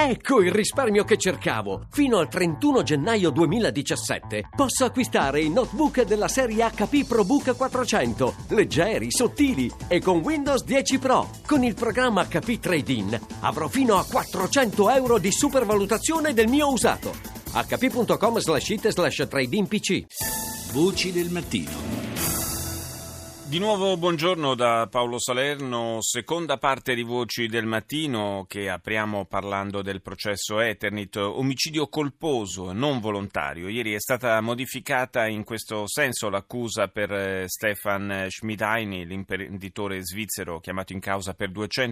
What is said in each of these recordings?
Ecco il risparmio che cercavo! Fino al 31 gennaio 2017 posso acquistare i notebook della serie HP ProBook 400, leggeri, sottili e con Windows 10 Pro. Con il programma HP Trade-in avrò fino a 400 euro di supervalutazione del mio usato. hp.com/it/trade-in-pc. Voci del mattino. Di nuovo buongiorno da Paolo Salerno, seconda parte di Voci del Mattino che apriamo parlando del processo Eternit, omicidio colposo, non volontario. Ieri è stata modificata in questo senso l'accusa per Stefan Schmidheiny, l'imprenditore svizzero chiamato in causa per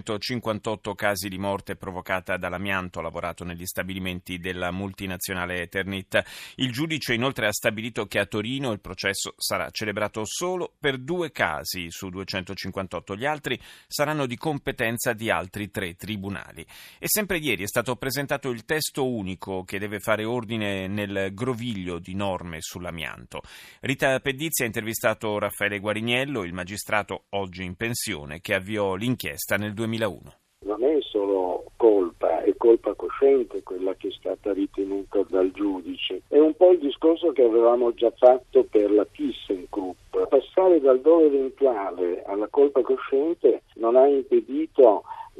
258 casi di morte provocata dall'amianto lavorato negli stabilimenti della multinazionale Eternit. Il giudice inoltre ha stabilito che a Torino il processo sarà celebrato solo per 2 casi su 258, gli altri saranno di competenza di altri 3 tribunali. E sempre ieri è stato presentato il testo unico che deve fare ordine nel groviglio di norme sull'amianto. Rita Pedizzi ha intervistato Raffaele Guariniello, il magistrato oggi in pensione, che avviò l'inchiesta nel 2001. Non è solo colpa, è colpa cosciente quella che è stata ritenuta dal giudice. È un po' il discorso che avevamo già fatto per la ThyssenKrupp. Passare dal dolo eventuale alla colpa cosciente non ha impedito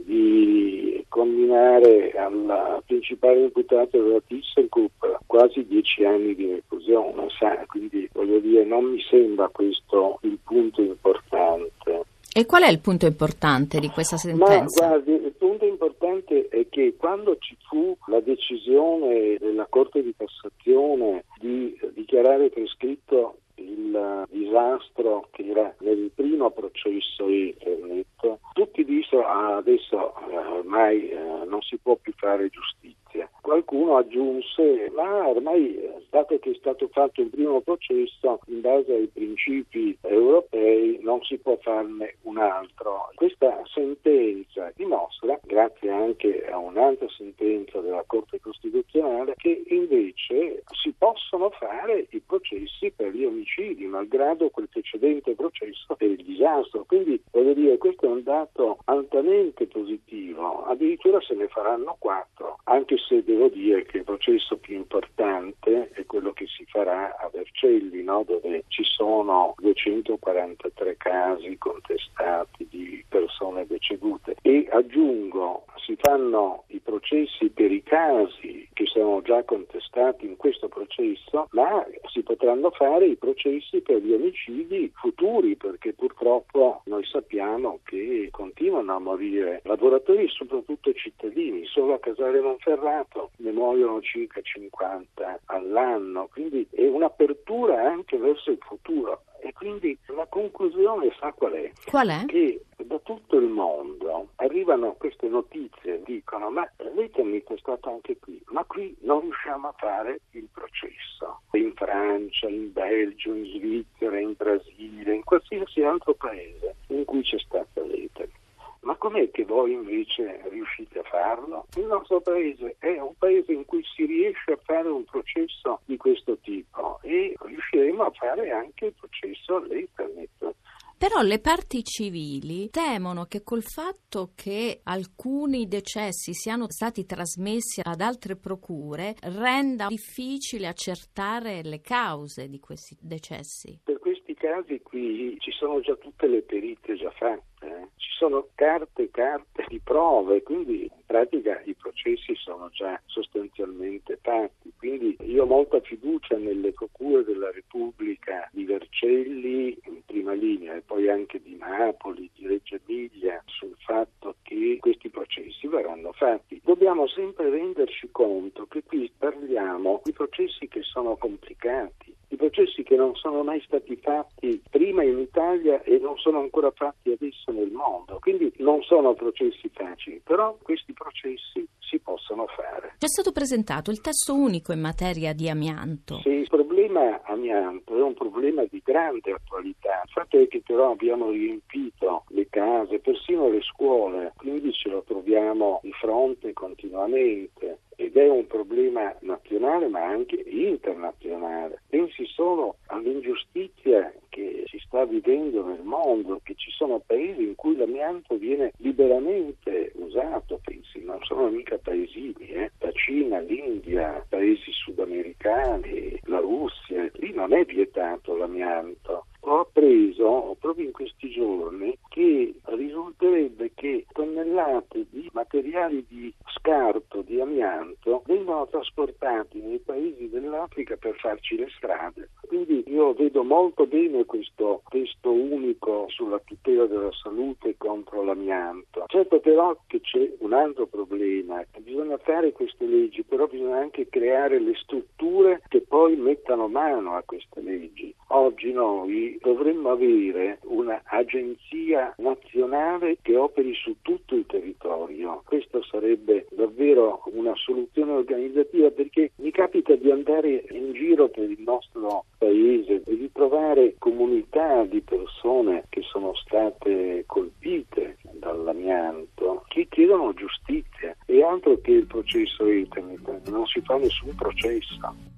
di comminare al principale imputato della ThyssenKrupp quasi 10 anni di reclusione, quindi voglio dire, non mi sembra questo il punto importante. E qual è il punto importante di questa sentenza? Ma guardi, il punto importante è che quando ci fu la decisione della Corte di Cassazione di dichiarare prescritto il disastro che era nel primo processo Eternit, tutti dissero adesso ormai non si può più fare giustizia. Qualcuno aggiunse, ma ormai dato che è stato fatto il primo processo in base ai principi europei non si può farne un altro. Questa sentenza dimostra, grazie anche a un'altra sentenza della Corte Costituzionale, che invece si possono fare i processi per gli omicidi, malgrado quel precedente processo per il disastro. Quindi voglio dire, questo è un dato altamente positivo, addirittura se ne faranno 4, anche se devo dire che il processo più importante è quello che si farà a Vercelli, no? Dove ci sono 243 casi contestati di persone decedute. E aggiungo, si fanno i processi per i casi che sono già contestati in questo processo, ma si potranno fare i processi per gli omicidi futuri, perché purtroppo noi sappiamo che continuano a morire lavoratori e soprattutto cittadini. Solo a Casale Monferrato ne muoiono circa 50 all'anno, quindi è un'apertura anche verso il futuro. E quindi la conclusione sa qual è? Qual è? Che da tutto il mondo arrivano queste notizie, dicono ma l'Eternit è stato anche qui, ma qui non riusciamo a fare il processo. In Francia, in Belgio, in Svizzera, in Brasile, in qualsiasi altro paese in cui c'è stata l'Eternit. Ma com'è che voi invece riuscite a farlo? Il nostro paese è un paese in cui si riesce a fare un processo di questo tipo e riusciremo a fare anche il processo all'Eternit. Però le parti civili temono che col fatto che alcuni decessi siano stati trasmessi ad altre procure renda difficile accertare le cause di questi decessi. Per questi casi qui ci sono già tutte le perizie già fatte. Ci sono carte di prove, quindi in pratica i processi sono già sostanzialmente fatti. Quindi io ho molta fiducia nelle procure della Repubblica di Vercelli in prima linea e poi anche di Napoli, di Reggio Emilia, sul fatto che questi processi verranno fatti. Dobbiamo sempre renderci conto che qui parliamo di processi che sono complicati, di processi che non sono mai stati fatti prima in Italia e non sono ancora fatti adesso nel mondo. Quindi non sono processi facili, però questi processi si possono fare. C'è stato presentato il testo unico in materia di amianto. Sì, il problema amianto è un problema di grande attualità. Il fatto è che però abbiamo riempito le case, persino le scuole, quindi ce lo troviamo di fronte continuamente. Ed è un problema nazionale ma anche internazionale. Pensi solo all'ingiustizia che si sta vivendo nel mondo, che ci sono paesi in cui l'amianto viene liberamente usato, pensi, non sono mica paesini, la Cina, l'India, paesi sudamericani, la Russia, lì non è vietato l'amianto. Ho appreso proprio in questi giorni che risulterebbe che tonnellate di materiali di scarto di amianto vengono trasportati nei paesi dell'Africa per farci le strade. Quindi io vedo molto bene questo testo unico sulla tutela della salute contro l'amianto. Certo però che c'è un altro problema, bisogna fare queste leggi, però bisogna anche creare le strutture che poi mettano mano a queste leggi. Oggi noi dovremmo avere un'agenzia nazionale che operi su tutto il territorio. Questo sarebbe davvero una soluzione organizzativa, perché mi capita di andare in giro per il nostro paese e di trovare comunità di persone che sono state colpite dall'amianto, che chiedono giustizia, e altro che il processo Eternit, non si fa nessun processo.